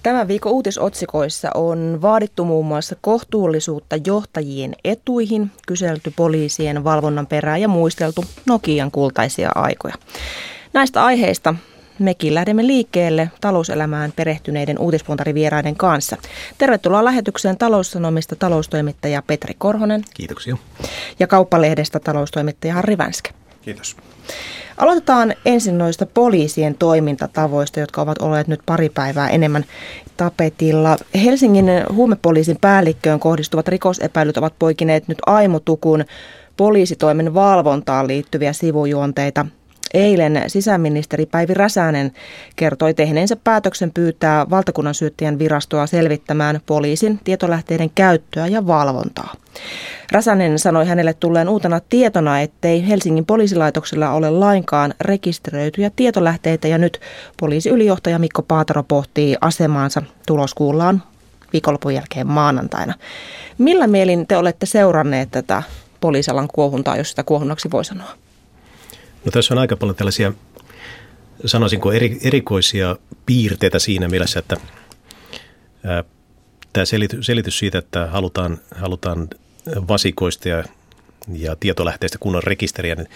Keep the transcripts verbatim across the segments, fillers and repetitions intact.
Tämän viikon uutisotsikoissa on vaadittu muun muassa kohtuullisuutta johtajien etuihin, kyselty poliisien valvonnan perään ja muisteltu Nokian kultaisia aikoja. Näistä aiheista mekin lähdemme liikkeelle talouselämään perehtyneiden uutispuntarivieraiden kanssa. Tervetuloa lähetykseen Taloussanomista taloustoimittaja Petri Korhonen. Kiitoksia. Ja Kauppalehdestä taloustoimittaja Harri Vänskä. Kiitos. Aloitetaan ensin noista poliisien toimintatavoista, jotka ovat olleet nyt pari päivää enemmän tapetilla. Helsingin huumepoliisin päällikköön kohdistuvat rikosepäilyt ovat poikineet nyt Aimo Tukun poliisitoimen valvontaan liittyviä sivujuonteita. Eilen sisäministeri Päivi Räsänen kertoi tehneensä päätöksen pyytää valtakunnan syyttäjän virastoa selvittämään poliisin tietolähteiden käyttöä ja valvontaa. Räsänen sanoi hänelle tulleen uutena tietona, ettei Helsingin poliisilaitoksella ole lainkaan rekisteröityjä tietolähteitä ja nyt poliisiylijohtaja Mikko Paatero pohtii asemaansa. Tulos kuullaan viikonlopun jälkeen maanantaina. Millä mielin te olette seuranneet tätä poliisialan kuohuntaa, jos sitä kuohunnaksi voi sanoa? No tässä on aika paljon tällaisia, sanoisinko, eri, erikoisia piirteitä siinä mielessä, että ää, tämä selitys, selitys siitä, että halutaan, halutaan vasikoista ja, ja tietolähteistä kunnon rekisteriä, niin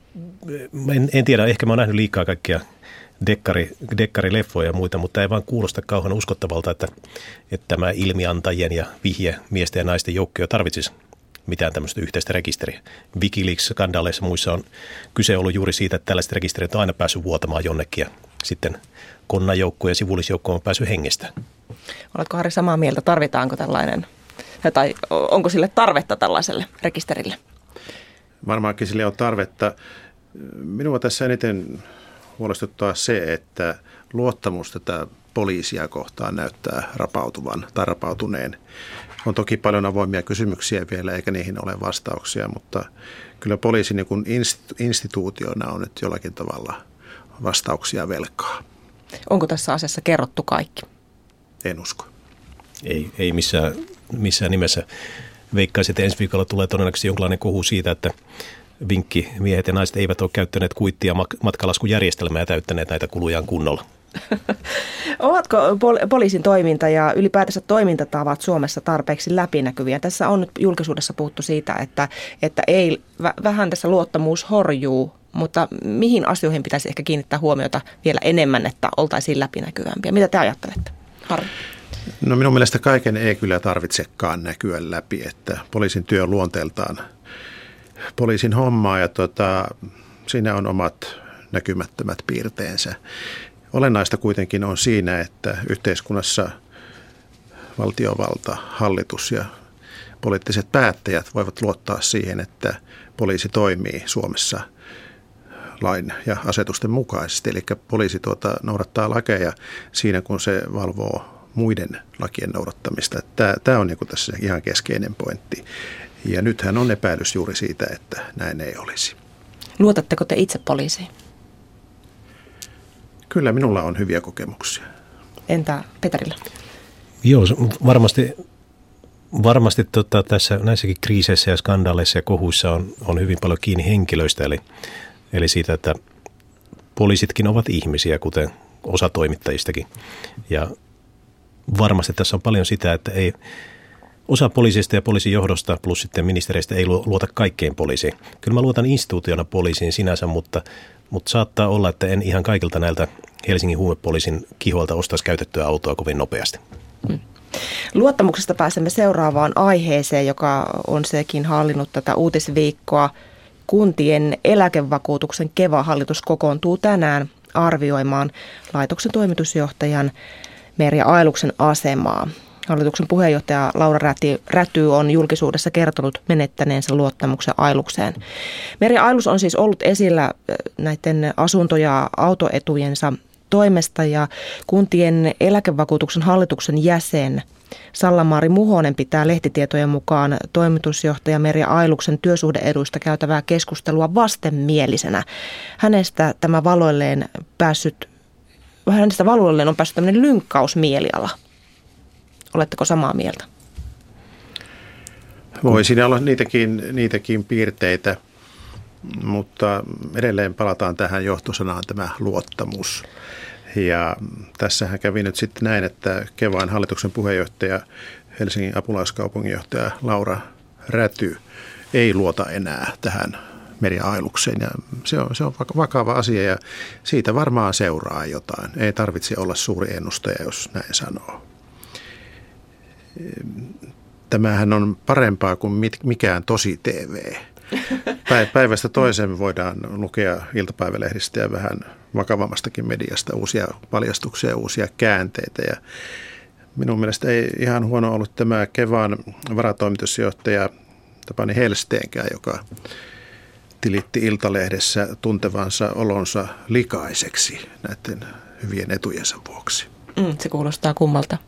en, en tiedä, ehkä mä oon nähnyt liikaa kaikkia dekkari, dekkarileffoja ja muita, mutta ei vaan kuulosta kauhean uskottavalta, että, että tämä ilmiantajien ja vihjemiesten ja naisten joukkoja tarvitsisi mitään tämmöistä yhteistä rekisteriä. WikiLeaks-skandaaleissa muissa on kyse ollut juuri siitä, että tällaiset rekisterit on aina päässyt vuotamaan jonnekin ja sitten konnajoukko ja sivullisjoukko on päässyt hengestä. Oletko Harri samaa mieltä? Tarvitaanko tällainen, tai onko sille tarvetta tällaiselle rekisterille? Varmaankin sille on tarvetta. Minua tässä eniten huolestuttaa se, että luottamus tätä poliisia kohtaan näyttää rapautuvan tai rapautuneen. On toki paljon avoimia kysymyksiä vielä, eikä niihin ole vastauksia, mutta kyllä poliisi niin kuin instituutiona on nyt jollakin tavalla vastauksia velkaa. Onko tässä asiassa kerrottu kaikki? En usko. Ei, ei missään, missään nimessä. Veikkaisin, että ensi viikolla tulee todennäköisesti jonkinlainen kohu siitä, että vinkki miehet ja naiset eivät ole käyttäneet kuittia matkalaskujärjestelmää ja täyttäneet näitä kulujaan kunnolla. Ovatko poliisin toiminta ja ylipäätänsä toimintatavat Suomessa tarpeeksi läpinäkyviä? Tässä on nyt julkisuudessa puhuttu siitä, että, että ei, vähän tässä luottamus horjuu, mutta mihin asioihin pitäisi ehkä kiinnittää huomiota vielä enemmän, että oltaisiin läpinäkyvämpiä? Mitä te ajattelette, Harri? No minun mielestä kaiken ei kyllä tarvitsekaan näkyä läpi, että poliisin työ on luonteeltaan poliisin hommaa ja tota, siinä on omat näkymättömät piirteensä. Olennaista kuitenkin on siinä, että yhteiskunnassa valtiovalta, hallitus ja poliittiset päättäjät voivat luottaa siihen, että poliisi toimii Suomessa lain ja asetusten mukaisesti. Eli poliisi tuota, noudattaa lakeja siinä, kun se valvoo muiden lakien noudattamista. Tämä, tämä on niin kuin tässä ihan keskeinen pointti. Ja nythän on epäilys juuri siitä, että näin ei olisi. Luotatteko te itse poliisiin? Kyllä minulla on hyviä kokemuksia. Entä Peterillä? Joo, varmasti, varmasti tota, tässä näissäkin kriiseissä ja skandaaleissa ja kohuissa on, on hyvin paljon kiinni henkilöistä. Eli, eli siitä, että poliisitkin ovat ihmisiä, kuten osa toimittajistakin. Ja varmasti tässä on paljon sitä, että ei osa poliisista ja poliisin johdosta plus sitten ministereistä ei luota kaikkeen poliisiin. Kyllä mä luotan instituutiona poliisiin sinänsä, mutta, mutta saattaa olla, että en ihan kaikilta näiltä Helsingin huumepoliisin kihoilta ostaisi käytettyä autoa kovin nopeasti. Hmm. Luottamuksesta pääsemme seuraavaan aiheeseen, joka on sekin hallinnut tätä uutisviikkoa. Kuntien eläkevakuutuksen Keva-hallitus kokoontuu tänään arvioimaan laitoksen toimitusjohtajan Merja Ailuksen asemaa. Hallituksen puheenjohtaja Laura Räty, Räty on julkisuudessa kertonut menettäneensä luottamuksen Ailukseen. Merja Ailus on siis ollut esillä näiden asunto- ja autoetujensa toimesta ja kuntien eläkevakuutuksen hallituksen jäsen Salla-Maari Muhonen pitää lehtitietojen mukaan toimitusjohtaja Merja Ailuksen työsuhde-eduista käytävää keskustelua vastenmielisenä. Hänestä tämä valoilleen päässyt, hänestä valoilleen on päässyt tämmöinen lynkkausmieliala. Oletteko samaa mieltä? Voi siinä olla niitäkin, niitäkin piirteitä, mutta edelleen palataan tähän johtosanaan tämä luottamus. Ja tässähän kävi nyt sitten näin, että Kevan hallituksen puheenjohtaja, Helsingin apulaiskaupunginjohtaja Laura Räty ei luota enää tähän Meriailukseen. Ja se on, se on vakava asia ja siitä varmaan seuraa jotain. Ei tarvitse olla suuri ennustaja, jos näin sanoo. Tämähän on parempaa kuin mikään tosi T V. Päivästä toiseen voidaan lukea iltapäivälehdistä ja vähän vakavammastakin mediasta uusia paljastuksia ja uusia käänteitä. Ja minun mielestä ei ihan huono ollut tämä Kevan varatoimitusjohtaja Tapani Helsteenkään, joka tilitti Iltalehdessä tuntevansa olonsa likaiseksi näiden hyvien etujensa vuoksi. Mm, se kuulostaa kummalta.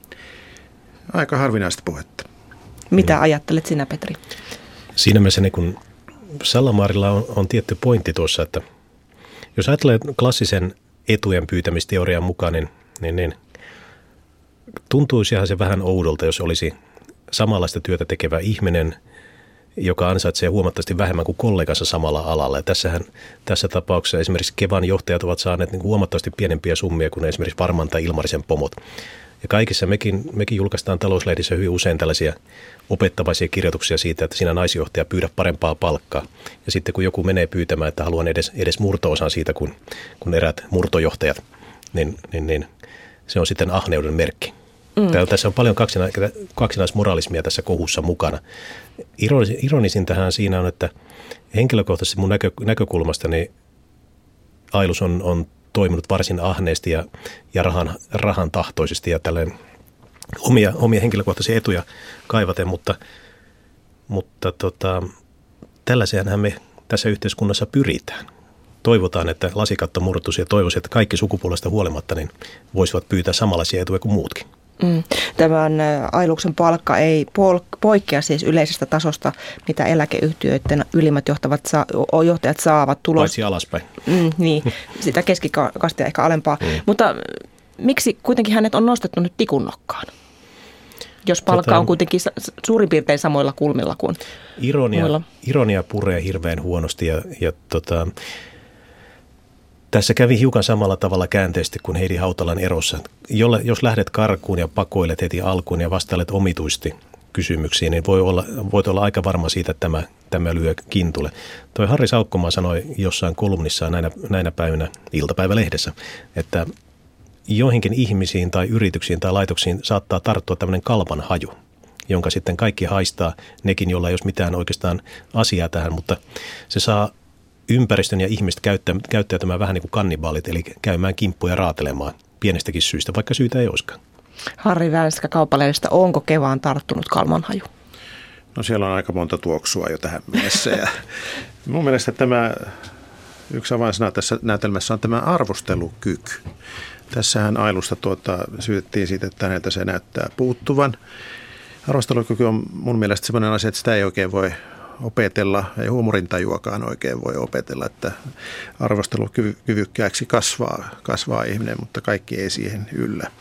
Aika harvinaista puhetta. Mitä mm. ajattelet sinä, Petri? Siinä mielessä niin kun Sallamaarilla on, on tietty pointti tuossa, että jos ajattelee klassisen etujen pyytämisteorian mukaan, niin, niin, niin tuntuisihan se vähän oudolta, jos olisi samanlaista työtä tekevä ihminen, joka ansaitsee huomattavasti vähemmän kuin kollegansa samalla alalla. Ja tässähän, tässä tapauksessa esimerkiksi Kevan johtajat ovat saaneet niin huomattavasti pienempiä summia kuin esimerkiksi Varman tai Ilmarisen pomot. Ja kaikissa mekin, mekin julkaistaan talouslehdissä hyvin usein tällaisia opettavaisia kirjoituksia siitä, että sinä naisjohtaja pyydä parempaa palkkaa. Ja sitten kun joku menee pyytämään, että haluan edes, edes murto-osan siitä kuin, kuin eräät murtojohtajat, niin, niin, niin se on sitten ahneuden merkki. Mm. Tässä on paljon kaksina, kaksinaismoralismia tässä kohussa mukana. Ironisin, ironisin tähän siinä on, että henkilökohtaisesti mun näkö, näkökulmasta niin Ailus on, on toiminut varsin ahneesti ja, ja rahan, rahan tahtoisesti ja tällainen omia, omia henkilökohtaisia etuja kaivaten, mutta, mutta tota, tällaiseenhän me tässä yhteiskunnassa pyritään. Toivotaan, että lasikatto murtuisi ja toivoisin, että kaikki sukupuolesta huolimatta niin voisivat pyytää samanlaisia etuja kuin muutkin. Mm. Tämän Ailuksen palkka ei poikkea siis yleisestä tasosta, mitä eläkeyhtiöiden ylimmät johtavat saa, johtajat saavat tulos. Paitsi alaspäin. Mm, niin, sitä keskikastia ehkä alempaa. Mm. Mutta miksi kuitenkin hänet on nostettu nyt tikunnokkaan? Jos palkka tota, on kuitenkin suurin piirtein samoilla kulmilla kuin ironia, muilla. Ironia puree hirveän huonosti ja, ja tota, tässä kävi hiukan samalla tavalla käänteisesti kuin Heidi Hautalan erossa. Jolle, jos lähdet karkuun ja pakoilet heti alkuun ja vastailet omituisesti kysymyksiin, niin voi olla, voit olla aika varma siitä, että tämä, tämä lyö kintulle. Toi Harri Saukkomaa sanoi jossain kolumnissaan näinä, näinä päivinä iltapäivälehdessä, että joihinkin ihmisiin tai yrityksiin tai laitoksiin saattaa tarttua tämmöinen kalpan haju, jonka sitten kaikki haistaa, nekin, jolla ei ole mitään oikeastaan asiaa tähän, mutta se saa ympäristön ja ihmiset käyttäytymään vähän niin kuin kannibaalit, eli käymään kimppuja raatelemaan pienestäkin syystä, vaikka syytä ei olisikaan. Harri Väliska Kauppalehdestä, onko Kevaan tarttunut kalmanhaju? No siellä on aika monta tuoksua jo tähän mennessä. Ja mun mielestä tämä yksi avainsana tässä näytelmässä on tämä arvostelukyky. Tässähän Ailusta tuota, syytettiin siitä, että häneltä se näyttää puuttuvan. Arvostelukyky on mun mielestä sellainen asia, että sitä ei oikein voi opetella, ei huumorintajuakaan oikein voi opetella, että arvostelukyvykkääksi kasvaa, kasvaa ihminen, mutta kaikki ei siihen yllä.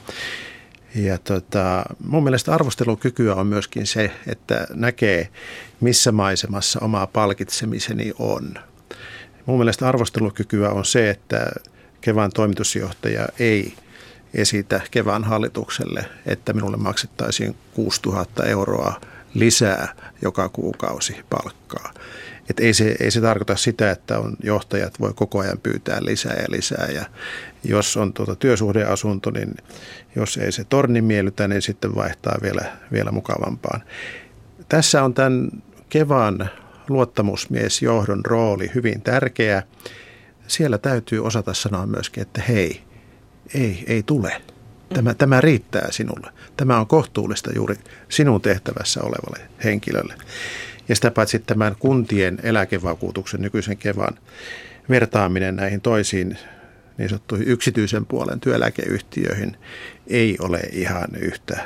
Ja tota, mun mielestä arvostelukykyä on myöskin se, että näkee, missä maisemassa oma palkitsemiseni on. Mun mielestä arvostelukykyä on se, että Kevan toimitusjohtaja ei esitä Kevan hallitukselle, että minulle maksettaisiin kuusituhatta euroa lisää joka kuukausi palkkaa. Et ei, se, ei se tarkoita sitä, että on johtajat voi koko ajan pyytää lisää ja lisää. Ja jos on tuota työsuhdeasunto, niin jos ei se torni miellytä, niin sitten vaihtaa vielä, vielä mukavampaan. Tässä on tämän Kevan luottamusmiesjohdon rooli hyvin tärkeä. Siellä täytyy osata sanoa myöskin, että hei, ei, ei tule. Tämä, tämä riittää sinulle. Tämä on kohtuullista juuri sinun tehtävässä olevalle henkilölle. Ja sitä paitsi tämän kuntien eläkevakuutuksen nykyisen Kevan vertaaminen näihin toisiin niin sanottuihin yksityisen puolen työeläkeyhtiöihin ei ole ihan yhtä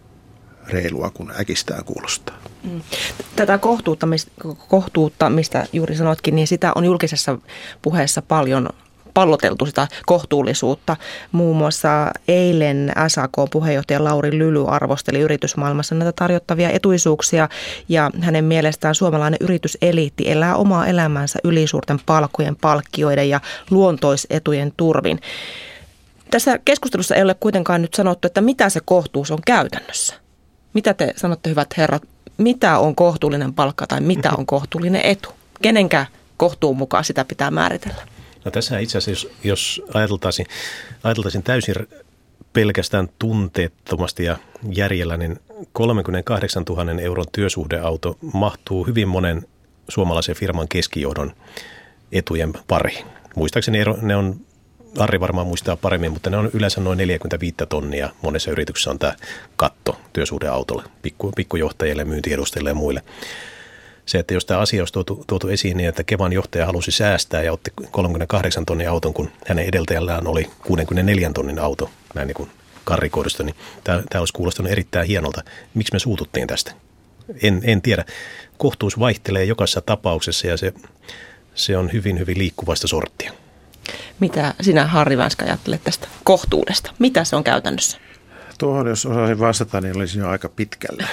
reilua kuin äkistään kuulostaa. Tätä kohtuuttamista, kohtuuttamista juuri sanoitkin, niin sitä on julkisessa puheessa paljon palloteltu, sitä kohtuullisuutta. Muun muassa eilen S A K-puheenjohtaja Lauri Lyly arvosteli yritysmaailmassa näitä tarjottavia etuisuuksia ja hänen mielestään suomalainen yrityseliitti elää omaa elämänsä ylisuurten palkkojen, palkkioiden ja luontoisetujen turvin. Tässä keskustelussa ei ole kuitenkaan nyt sanottu, että mitä se kohtuus on käytännössä. Mitä te sanotte, hyvät herrat, mitä on kohtuullinen palkka tai mitä on kohtuullinen etu? Kenenkä kohtuun mukaan sitä pitää määritellä? No tässä itse asiassa, jos, jos ajateltaisiin, ajateltaisiin täysin pelkästään tunteettomasti ja järjellä, niin kolmekymmentäkahdeksantuhatta euron työsuhdeauto mahtuu hyvin monen suomalaisen firman keskijohdon etujen pariin. Muistaakseni ne on, Arri varmaan muistaa paremmin, mutta ne on yleensä noin neljäkymmentäviisi tonnia. Monessa yrityksessä on tämä katto työsuhdeautolle, pikku, pikkujohtajille, myyntiedustajille ja muille. Se, että jos tämä asia olisi tuotu, tuotu esiin niin, että Kevan johtaja halusi säästää ja otti kolmekymmentäkahdeksan tonnin auton, kun hänen edeltäjällään oli kuusikymmentäneljä tonnin auto, näin niin kuin karrikoidusta, niin tämä, tämä olisi kuulostanut erittäin hienolta. Miksi me suututtiin tästä? En, en tiedä. Kohtuus vaihtelee jokaisessa tapauksessa ja se, se on hyvin, hyvin liikkuvasta sorttia. Mitä sinä, Harri Vänskä, ajattelet tästä kohtuudesta? Mitä se on käytännössä? Tuohon, jos osaisin vastata, niin olisin jo aika pitkällä.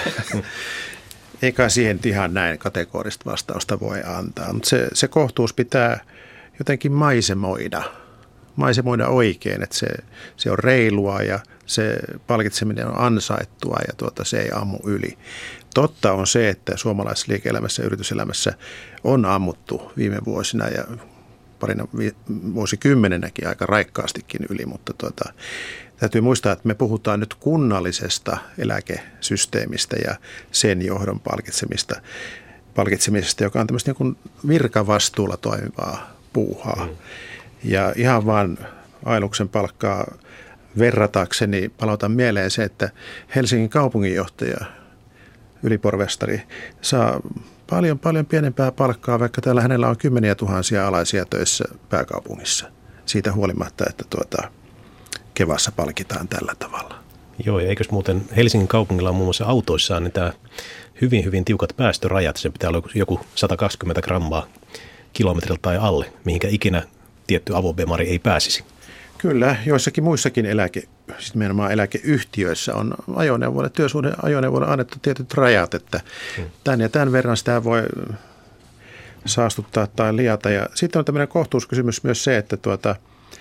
Eikä siihen ihan näin kategorista vastausta voi antaa, mutta se, se kohtuus pitää jotenkin maisemoida, maisemoida oikein, että se, se on reilua ja se palkitseminen on ansaittua ja tuota, se ei ammu yli. Totta on se, että suomalaisessa liike-elämässä ja yrityselämässä on ammuttu viime vuosina ja parina vuosikymmenenäkin aika raikkaastikin yli, mutta tuota, täytyy muistaa, että me puhutaan nyt kunnallisesta eläkesysteemistä ja sen johdon palkitsemista, palkitsemisesta, joka on tämmöistä niin kuin virkavastuulla toimivaa puuhaa. Mm. Ja ihan vaan Ailuksen palkkaa verratakseni palautan mieleen se, että Helsingin kaupunginjohtaja, ylipormestari, saa paljon paljon pienempää palkkaa, vaikka täällä hänellä on kymmeniä tuhansia alaisia töissä pääkaupungissa. Siitä huolimatta, että tuota, Kevassa palkitaan tällä tavalla. Joo, ja eikös muuten Helsingin kaupungilla on muun muassa autoissaan niin tämä hyvin, hyvin tiukat päästörajat. Se pitää olla joku sata kaksikymmentä grammaa kilometriltä tai alle, mihinkä ikinä tietty avobemari ei pääsisi. Kyllä, joissakin muissakin eläke, siis nimenomaan eläkeyhtiöissä on ajoneuvoille, työsuhde ajoneuvoille annettu tietyt rajat, että hmm. tämän ja tämän verran sitä voi saastuttaa tai liata. Ja sitten on tämmöinen kohtuuskysymys myös se, että tuota,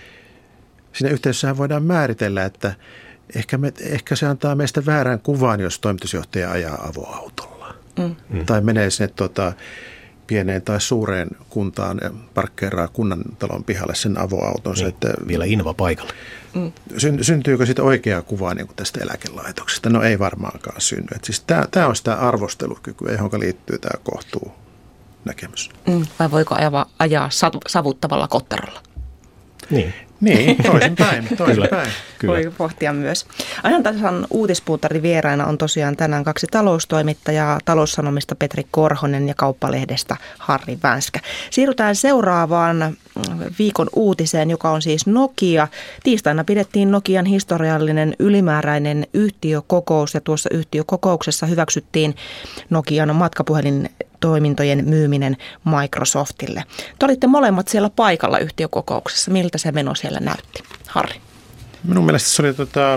siinä yhteydessähän voidaan määritellä, että ehkä, me, ehkä se antaa meistä väärän kuvan, jos toimitusjohtaja ajaa avoautolla. Mm. Tai menee sinne tuota, pieneen tai suureen kuntaan ja parkkeeraa kunnantalon pihalle sen avoautonsa. Niin, että vielä inva paikalla. Mm. Syntyykö sitten oikeaa kuvaa niin kuin tästä eläkelaitoksesta? No ei varmaankaan synny. Siis tämä on sitä arvostelukykyä, johon liittyy tämä kohtuu näkemys. Mm. Vai voiko ajaa, ajaa savuttavalla kotterolla? Niin. Niin, toisinpäin. toisinpäin. Voi pohtia myös. Ajantasan uutispuutari vieraina on tosiaan tänään kaksi taloustoimittajaa, Taloussanomista Petri Korhonen ja Kauppalehdestä Harri Vänskä. Siirrytään seuraavaan viikon uutiseen, joka on siis Nokia. Tiistaina pidettiin Nokian historiallinen ylimääräinen yhtiökokous ja tuossa yhtiökokouksessa hyväksyttiin Nokian matkapuhelin toimintojen myyminen Microsoftille. Te olitte molemmat siellä paikalla yhtiökokouksessa. Miltä se meno siellä näytti? Harri. Minun mielestä se oli tota,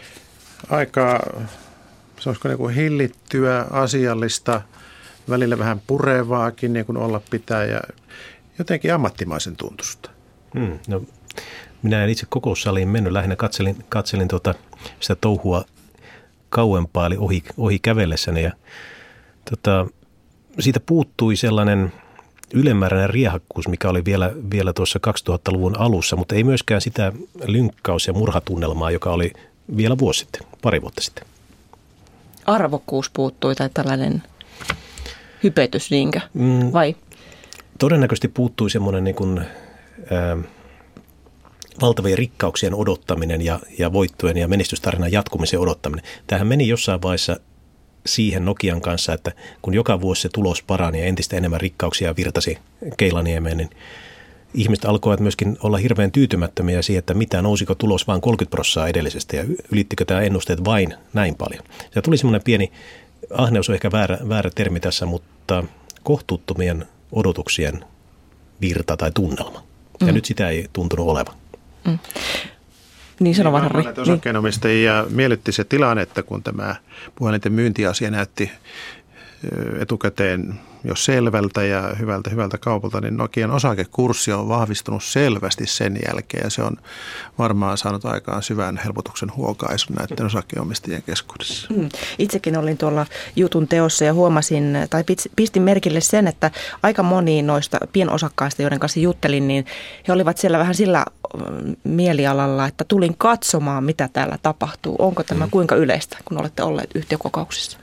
aika, se olisiko niin kuin hillittyä, asiallista, välillä vähän purevaakin, niin kuin olla pitää ja jotenkin ammattimaisen tuntusta. Hmm, no, minä en itse kokoussaliin mennyt, lähinnä katselin, katselin tuota, sitä touhua kauempaa, eli ohi, ohi kävellessäni ja tota, siitä puuttui sellainen ylemmääräinen riehakkuus, mikä oli vielä, vielä tuossa kaksituhattaluvun alussa, mutta ei myöskään sitä lynkkaus- ja murhatunnelmaa, joka oli vielä vuosi sitten, pari vuotta sitten. Arvokkuus puuttui tai tällainen hypetys niinkö, mm, vai? Todennäköisesti puuttui semmoinen niin kuin, ää, valtavien rikkauksien odottaminen ja, ja voittojen ja menestystarinan jatkumisen odottaminen. Tämähän meni jossain vaiheessa siihen Nokian kanssa, että kun joka vuosi se tulos parani ja entistä enemmän rikkauksia virtasi Keilaniemeen, niin ihmiset alkoivat myöskin olla hirveän tyytymättömiä siihen, että mitä nousiko tulos vain kolmekymmentä prosenttia edellisestä ja ylittikö tämä ennusteet vain näin paljon. Se tuli semmoinen pieni, ahneus on ehkä väärä, väärä termi tässä, mutta kohtuuttomien odotuksien virta tai tunnelma. Ja mm. nyt sitä ei tuntunut olevan. Mm. Niin sanoo vaan Harri. Näitä osakkeenomistajia niin. Miellytti se tilanne, että kun tämä puhelinten myyntiasia näytti etukäteen jo selvältä ja hyvältä hyvältä kaupalta, niin Nokian osakekurssi on vahvistunut selvästi sen jälkeen ja se on varmaan saanut aikaan syvän helpotuksen huokaisun näiden osakkeenomistajien keskuudessa. Mm. Itsekin olin tuolla jutun teossa ja huomasin tai pistin merkille sen, että aika moni noista pienosakkaista, joiden kanssa juttelin, niin he olivat siellä vähän sillä mielialalla, että tulin katsomaan, mitä täällä tapahtuu. Onko tämä kuinka yleistä, kun olette olleet yhtiökokouksissa?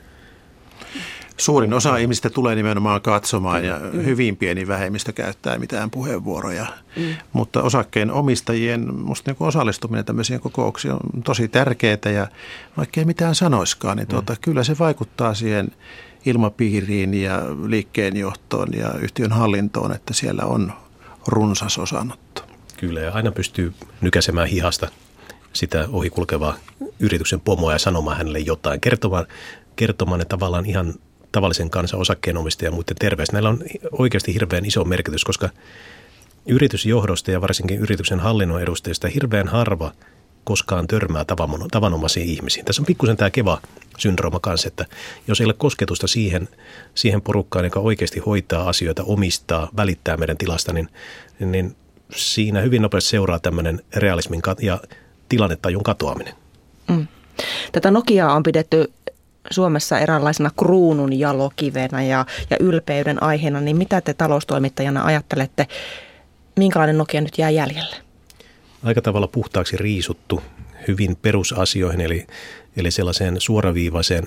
Suurin osa ihmisistä tulee nimenomaan katsomaan ja hyvin pieni vähemmistö käyttää mitään puheenvuoroja. Mm. Mutta osakkeen omistajien musta niin osallistuminen tämmöisiin kokouksiin on tosi tärkeää ja vaikka ei mitään sanoiskaan, niin tuota, mm. kyllä se vaikuttaa siihen ilmapiiriin ja liikkeenjohtoon ja yhtiön hallintoon, että siellä on runsas osanotto. Kyllä ja aina pystyy nykäsemään hihasta sitä ohikulkevaa yrityksen pomoa ja sanomaan hänelle jotain, kertomaan, kertomaan ne tavallaan ihan tavallisen kansan osakkeenomistajan ja muiden terveys. Näillä on oikeasti hirveän iso merkitys, koska yritysjohdosta ja varsinkin yrityksen hallinnon edustajista hirveän harva koskaan törmää tavanomaisiin ihmisiin. Tässä on pikkusen tämä Keva-syndrooma kanssa, että jos ei ole kosketusta siihen, siihen porukkaan, joka oikeasti hoitaa asioita, omistaa, välittää meidän tilasta, niin, niin siinä hyvin nopeasti seuraa tämmöinen realismin ja tilannetajun katoaminen. Mm. Tätä Nokiaa on pidetty Suomessa eräänlaisena kruunun jalokivenä ja, ja ylpeyden aiheena, niin mitä te taloustoimittajana ajattelette, minkälainen Nokia nyt jää jäljelle? Aika tavalla puhtaaksi riisuttu hyvin perusasioihin, eli, eli sellaiseen suoraviivaiseen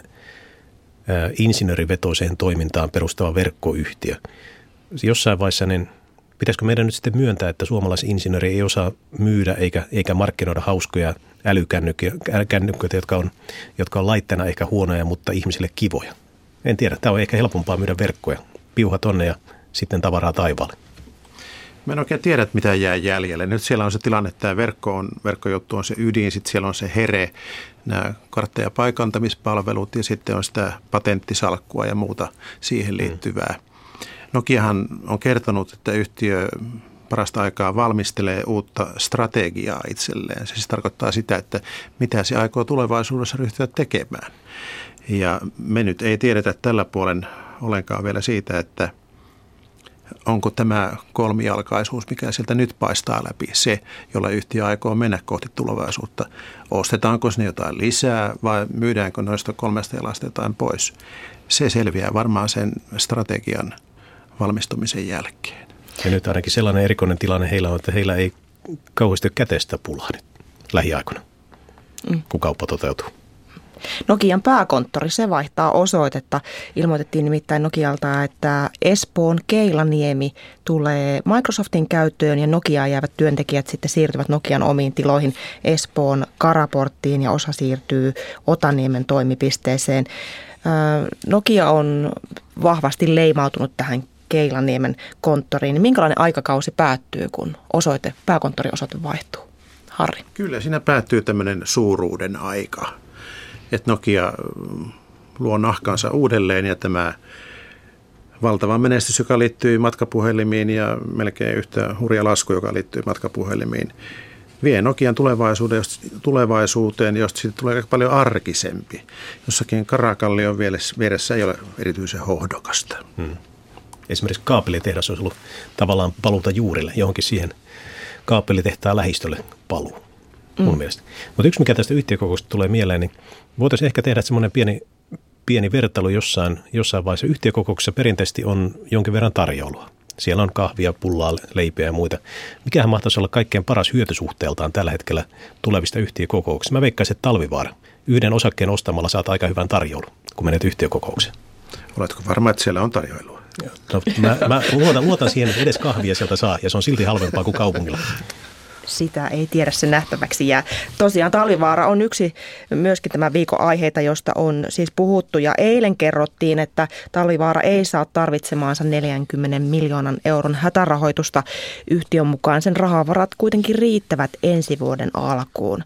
ää, insinöörivetoiseen toimintaan perustava verkkoyhtiö. Jossain vaiheessa niin pitäisikö meidän nyt sitten myöntää, että suomalaisinsinööri ei osaa myydä eikä, eikä markkinoida hauskoja älykännyköitä, jotka on, jotka on laitteena ehkä huonoja, mutta ihmisille kivoja. En tiedä, tämä on ehkä helpompaa myydä verkkoja. Piuha tonne ja sitten tavaraa taivaalle. Mä en oikein tiedä, mitä jää jäljelle. Nyt siellä on se tilanne, että tämä verkko on, verkkojuttu on se ydin, sitten siellä on se here, nämä kartta- ja paikantamispalvelut ja sitten on sitä patenttisalkkua ja muuta siihen liittyvää. Mm. Nokiahan on kertonut, että yhtiö parasta aikaa valmistelee uutta strategiaa itselleen. Se siis tarkoittaa sitä, että mitä se aikoo tulevaisuudessa ryhtyä tekemään. Ja me nyt ei tiedetä tällä puolen ollenkaan vielä siitä, että onko tämä kolmijalkaisuus, mikä sieltä nyt paistaa läpi, se, jolla yhtiö aikoo mennä kohti tulevaisuutta. Ostetaanko sinne jotain lisää vai myydäänkö noista kolmesta jalasta jotain pois? Se selviää varmaan sen strategian valmistumisen jälkeen. Ja nyt ainakin sellainen erikoinen tilanne heillä on, että heillä ei kauheasti käteistä pulaa nyt lähiaikoina, mm. kun kauppa toteutuu. Nokian pääkonttori, se vaihtaa osoitetta. Ilmoitettiin nimittäin Nokialta, että Espoon Keilaniemi tulee Microsoftin käyttöön ja Nokiaan jäävät työntekijät sitten siirtyvät Nokian omiin tiloihin Espoon Karaporttiin ja osa siirtyy Otaniemen toimipisteeseen. Nokia on vahvasti leimautunut tähän Keilaniemen konttoriin. Minkälainen aikakausi päättyy, kun osoite, pääkonttoriosoite vaihtuu? Harri. Kyllä siinä päättyy tämmöinen suuruuden aika, että Nokia luo nahkansa uudelleen ja tämä valtava menestys, joka liittyy matkapuhelimiin ja melkein yhtä hurja lasku, joka liittyy matkapuhelimiin, vie Nokian tulevaisuuteen, josta siitä tulee aika paljon arkisempi. Jossakin Karakallion vieressä ei ole erityisen hohdokasta. Hmm. Esimerkiksi kaapelitehdas olisi ollut tavallaan paluuta juurille, johonkin siihen kaapelitehtaan lähistölle paluu, mun mm. mielestä. Mutta yksi, mikä tästä yhtiökokouksesta tulee mieleen, niin voitaisiin ehkä tehdä semmoinen pieni, pieni vertailu jossain, jossain vaiheessa. Yhtiökokouksessa perinteisesti on jonkin verran tarjoulua. Siellä on kahvia, pullaa, leipiä ja muita. Mikähän mahtaisi olla kaikkein paras hyötysuhteeltaan tällä hetkellä tulevista yhtiökokouksista? Mä veikkaisin, että Talvivaara. Yhden osakkeen ostamalla saat aika hyvän tarjoulun, kun menet yhtiökokoukseen. Oletko varma, että siellä on tarjoilua? No, mä mä luotan, luotan siihen, että edes kahvia sieltä saa, ja se on silti halvempaa kuin kaupungilla. Sitä ei tiedä, se nähtäväksi jää. Tosiaan Talvivaara on yksi myöskin tämän viikon aiheita, josta on siis puhuttu. Ja eilen kerrottiin, että Talvivaara ei saa tarvitsemaansa neljänkymmenen miljoonan euron hätärahoitusta. Yhtiön mukaan sen rahavarat kuitenkin riittävät ensi vuoden alkuun.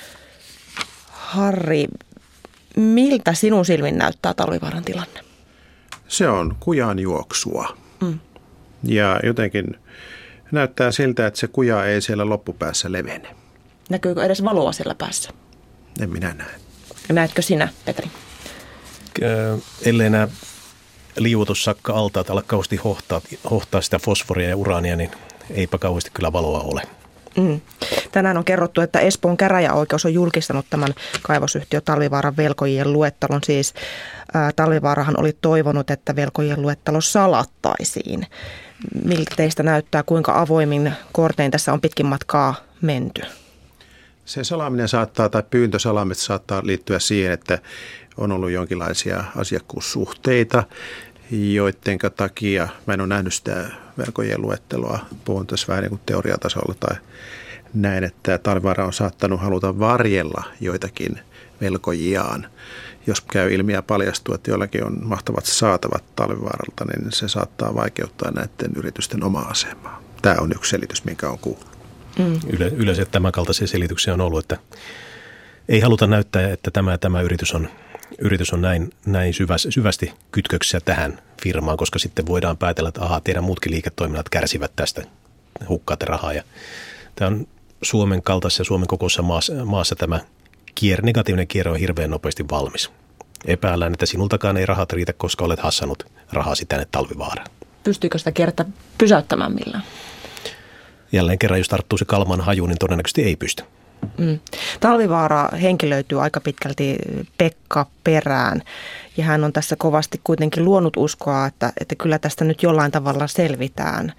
Harri, miltä sinun silmin näyttää Talvivaaran tilanne? Se on kujan juoksua. Mm. Ja jotenkin näyttää siltä, että se kuja ei siellä loppupäässä levene. Näkyykö edes valoa siellä päässä? En minä näe. Näetkö sinä, Petri? Äh, ellei nämä liuotussakka altaat alkaa kauheasti hohtaa, hohtaa sitä fosforia ja uraania, niin eipä kauheasti kyllä valoa ole. Mm. Tänään on kerrottu, että Espoon käräjäoikeus on julkistanut tämän kaivosyhtiö Talvivaaran velkojien luettelon. Siis ää, Talvivaarahan oli toivonut, että velkojien luettelo salattaisiin. Miltä teistä näyttää, kuinka avoimin kortein tässä on pitkin matkaa menty? Se salaaminen saattaa, tai pyyntö salaamista saattaa liittyä siihen, että on ollut jonkinlaisia asiakkuussuhteita, joiden takia, mä en ole nähnyt sitä velkojien luetteloa, puhun tässä vähän niin kuin teoriatasolla tai näin, että Talvivaara on saattanut haluta varjella joitakin velkojiaan. Jos käy ilmi ja paljastuu, että jollakin on mahtavat saatavat Talvivaaralta, niin se saattaa vaikeuttaa näiden yritysten omaa asemaa. Tämä on yksi selitys, minkä on kuullut. Mm. Yle, yleensä tämän kaltaisia selityksiä on ollut, että ei haluta näyttää, että tämä, tämä yritys on, yritys on näin, näin syvästi, syvästi kytköksissä tähän firmaan, koska sitten voidaan päätellä, että ahaa, teidän muutkin liiketoiminnat kärsivät tästä, hukkaatte rahaa. Ja tämä on Suomen kaltaisessa ja Suomen kokoisessa maassa, maassa tämä kier, negatiivinen kierre on hirveän nopeasti valmis. Epäillään, että sinultakaan ei rahat riitä, koska olet hassannut rahasi tänne Talvivaaraan. Pystyykö sitä kierrettä pysäyttämään millään? Jälleen kerran, jos tarttuu se kalman haju, niin todennäköisesti ei pysty. Mm. Talvivaara henkilöityy aika pitkälti Pekka perään ja hän on tässä kovasti kuitenkin luonut uskoa, että, että kyllä tästä nyt jollain tavalla selvitään.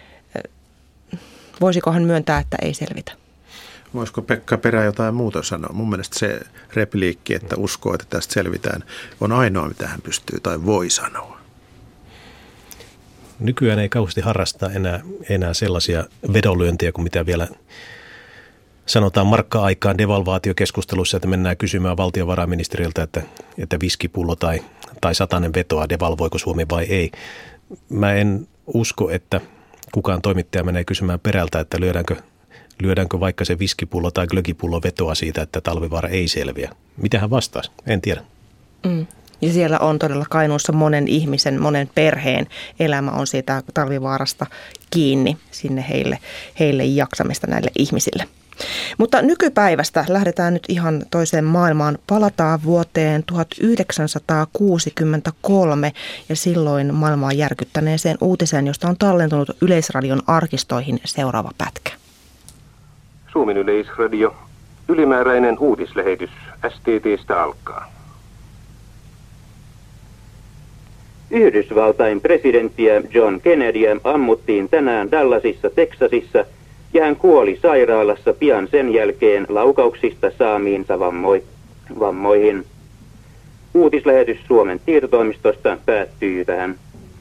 Voisiko hän myöntää, että ei selvitä? Voisiko Pekka Perä jotain muuta sanoa? Mun mielestä se repliikki, että uskoo, että tästä selvitään, on ainoa, mitä hän pystyy tai voi sanoa. Nykyään ei kauheasti harrasta enää, enää sellaisia vedonlyöntiä kuin mitä vielä sanotaan markka-aikaan devalvaatiokeskustelussa, että mennään kysymään valtiovarainministeriöltä, että, että viskipullo tai, tai satanen vetoa, devalvoiko Suomi vai ei. Mä en usko, että kukaan toimittaja menee kysymään Perältä, että lyödäänkö, lyödäänkö vaikka se viskipullo tai glögipullo vetoa siitä, että Talvivaara ei selviä. Mitä hän vastaisi? En tiedä. Mm. Ja siellä on todella Kainuussa monen ihmisen, monen perheen elämä on siitä Talvivaarasta kiinni sinne heille, heille jaksamista näille ihmisille. Mutta nykypäivästä lähdetään nyt ihan toiseen maailmaan. Palataan vuoteen tuhatyhdeksänsataakuusikymmentäkolme ja silloin maailmaa järkyttäneeseen uutiseen, josta on tallentunut Yleisradion arkistoihin seuraava pätkä. Suomen Yleisradio, ylimääräinen uutislähetys S T T:stä alkaa. Yhdysvaltain presidenttiä John Kennedyä ammuttiin tänään Dallasissa, Teksasissa, ja hän kuoli sairaalassa pian sen jälkeen laukauksista saamiinsa vammoi, vammoihin. Uutislähetys Suomen tietotoimistosta päättyy tähän.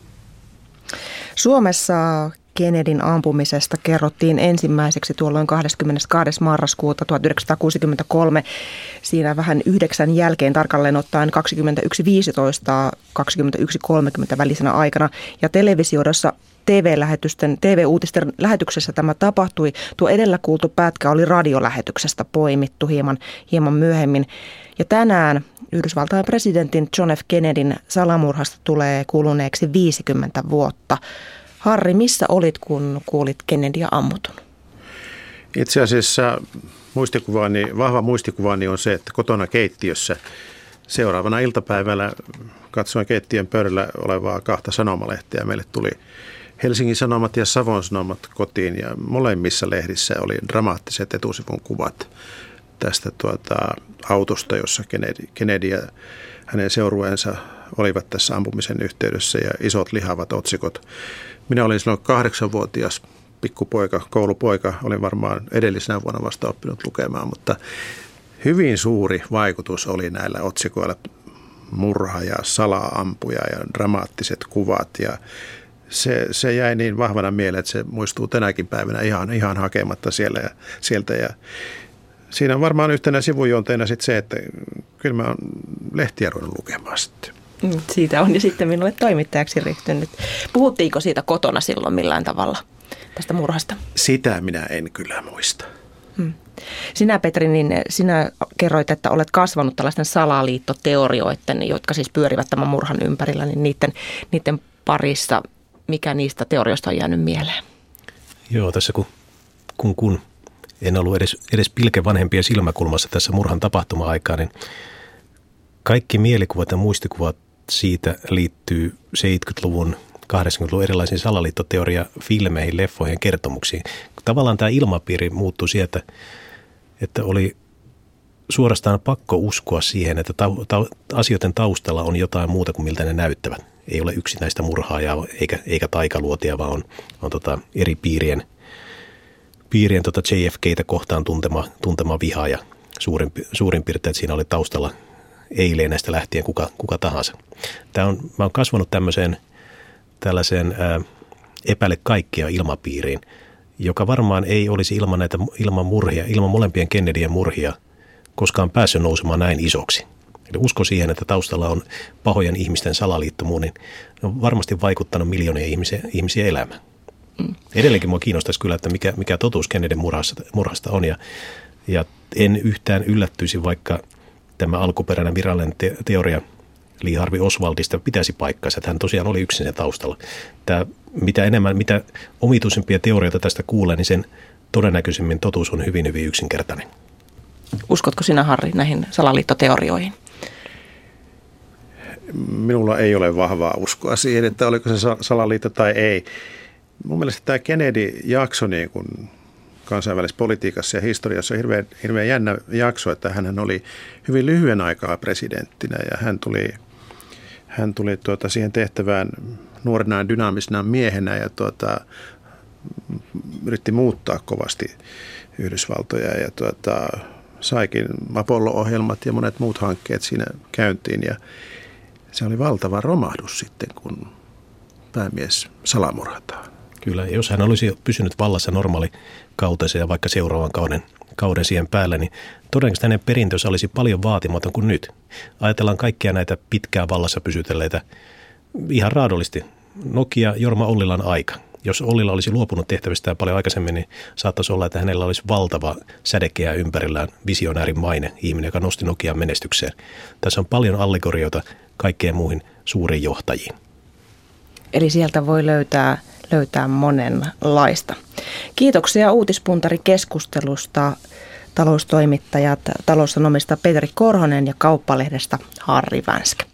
Suomessa Kennedyn ampumisesta kerrottiin ensimmäiseksi tuolloin kahdeskymmenestoinen marraskuuta tuhatyhdeksänsataakuusikymmentäkolme. Siinä vähän yhdeksän jälkeen tarkalleen ottaen kaksikymmentäyksi viisitoista kaksikymmentäyksi kolmekymmentä välisenä aikana. Ja televisioidossa T V-lähetysten, T V-uutisten lähetyksessä tämä tapahtui. Tuo edellä kuultu pätkä oli radiolähetyksestä poimittu hieman, hieman myöhemmin. Ja tänään Yhdysvaltain presidentin John F. Kennedyn salamurhasta tulee kuluneeksi viisikymmentä vuotta. Harri, missä olit, kun kuulit Kennedyä ammutun? Itse asiassa muistikuvani, vahva muistikuvani on se, että kotona keittiössä seuraavana iltapäivällä katsoin keittiön pöydällä olevaa kahta sanomalehteä. Meille tuli Helsingin Sanomat ja Savon Sanomat kotiin ja molemmissa lehdissä oli dramaattiset etusivun kuvat tästä tuota, autosta, jossa Kennedy, Kennedy ja hänen seurueensa olivat tässä ampumisen yhteydessä ja isot lihavat otsikot. Minä olin silloin kahdeksanvuotias pikkupoika, koulupoika, olin varmaan edellisenä vuonna vasta oppinut lukemaan, mutta hyvin suuri vaikutus oli näillä otsikoilla, murha ja salaa-ampuja ja dramaattiset kuvat ja se, se jäi niin vahvana mieleen, että se muistuu tänäkin päivänä ihan, ihan hakematta siellä ja, sieltä ja siinä on varmaan yhtenä sivujuonteena sitten se, että kyllä mä oon lehtiä ruvennut lukemaan sitten. Siitä on ja sitten minulle toimittajaksi ryhtynyt. Puhuttiinko siitä kotona silloin millään tavalla, tästä murhasta? Sitä minä en kyllä muista. Hmm. Sinä, Petri, niin sinä kerroit, että olet kasvanut tällaisten salaliittoteorioiden, jotka siis pyörivät tämän murhan ympärillä, niin niiden, niiden parissa. Mikä niistä teorioista on jäänyt mieleen? Joo, tässä kun, kun, kun en ollut edes, edes pilke vanhempien silmäkulmassa tässä murhan tapahtuma-aikaa, niin kaikki mielikuvat ja muistikuvat siitä liittyy seitsemänkymmentäluvun, kahdeksankymmentäluvun erilaisiin salaliittoteoria-filmeihin, leffoihin ja kertomuksiin. Tavallaan tämä ilmapiiri muuttui sieltä, että oli suorastaan pakko uskoa siihen, että ta- ta- asioiden taustalla on jotain muuta kuin miltä ne näyttävät. Ei ole yksinäistä murhaajaa eikä, eikä taikaluotia, vaan on, on tota eri piirien, piirien tota J F K:tä kohtaan tuntema, tuntema viha ja suurin, suurin piirtein, että siinä oli taustalla eileenästä lähtien kuka, kuka tahansa. Tämä on, mä oon kasvanut tämmöiseen tällaiseen ää, epäile kaikkea ilmapiiriin, joka varmaan ei olisi ilman näitä ilman murhia, ilman molempien Kennedyen murhia koskaan päässyt nousemaan näin isoksi. Eli usko siihen, että taustalla on pahojen ihmisten salaliittomuus, niin on varmasti vaikuttanut miljoonia ihmisiä, ihmisiä elämään. Mm. Edelleenkin minua kiinnostaisi kyllä, että mikä, mikä totuus Kennedyn murhasta, murhasta on. Ja, ja en yhtään yllättyisi, vaikka tämä alkuperäinen virallinen te- teoria Lee Harvey Oswaldista pitäisi paikkansa, että hän tosiaan oli yksin sen taustalla. Tämä, mitä enemmän, mitä omituisempia teorioita tästä kuulee, niin sen todennäköisemmin totuus on hyvin, hyvin yksinkertainen. Uskotko sinä, Harri, näihin salaliittoteorioihin? Minulla ei ole vahvaa uskoa siihen, että oliko se salaliitto tai ei. Mun mielestä tämä Kennedy-jakso niin kuin kansainvälisessä politiikassa ja historiassa on hirveän, hirveän jännä jakso, että hän oli hyvin lyhyen aikaa presidenttinä ja hän tuli, hän tuli tuota siihen tehtävään nuorena ja dynaamisena miehenä ja tuota, yritti muuttaa kovasti Yhdysvaltoja ja tuota, saikin Apollo-ohjelmat ja monet muut hankkeet siinä käyntiin ja se oli valtava romahdus sitten, kun päämies salamurhataan. Kyllä, jos hän olisi pysynyt vallassa normaali kautensa ja vaikka seuraavan kauden, kauden siihen päällä, niin todennäköisesti hänen perintönsä olisi paljon vaatimaton kuin nyt. Ajatellaan kaikkia näitä pitkään vallassa pysytelleitä ihan raadollisesti. Nokia, Jorma Ollilan aika. Jos Ollila olisi luopunut tehtävistään paljon aikaisemmin, niin saattaisi olla, että hänellä olisi valtava sädekeä ympärillään visionäärin maine, ihminen, joka nosti Nokian menestykseen. Tässä on paljon allegorioita kaikkeen muihin suuriin johtajiin. Eli sieltä voi löytää, löytää monenlaista. Kiitoksia Uutispuntari-keskustelusta taloustoimittajat Taloussanomista Petri Korhonen ja Kauppalehdestä Harri Vänskä.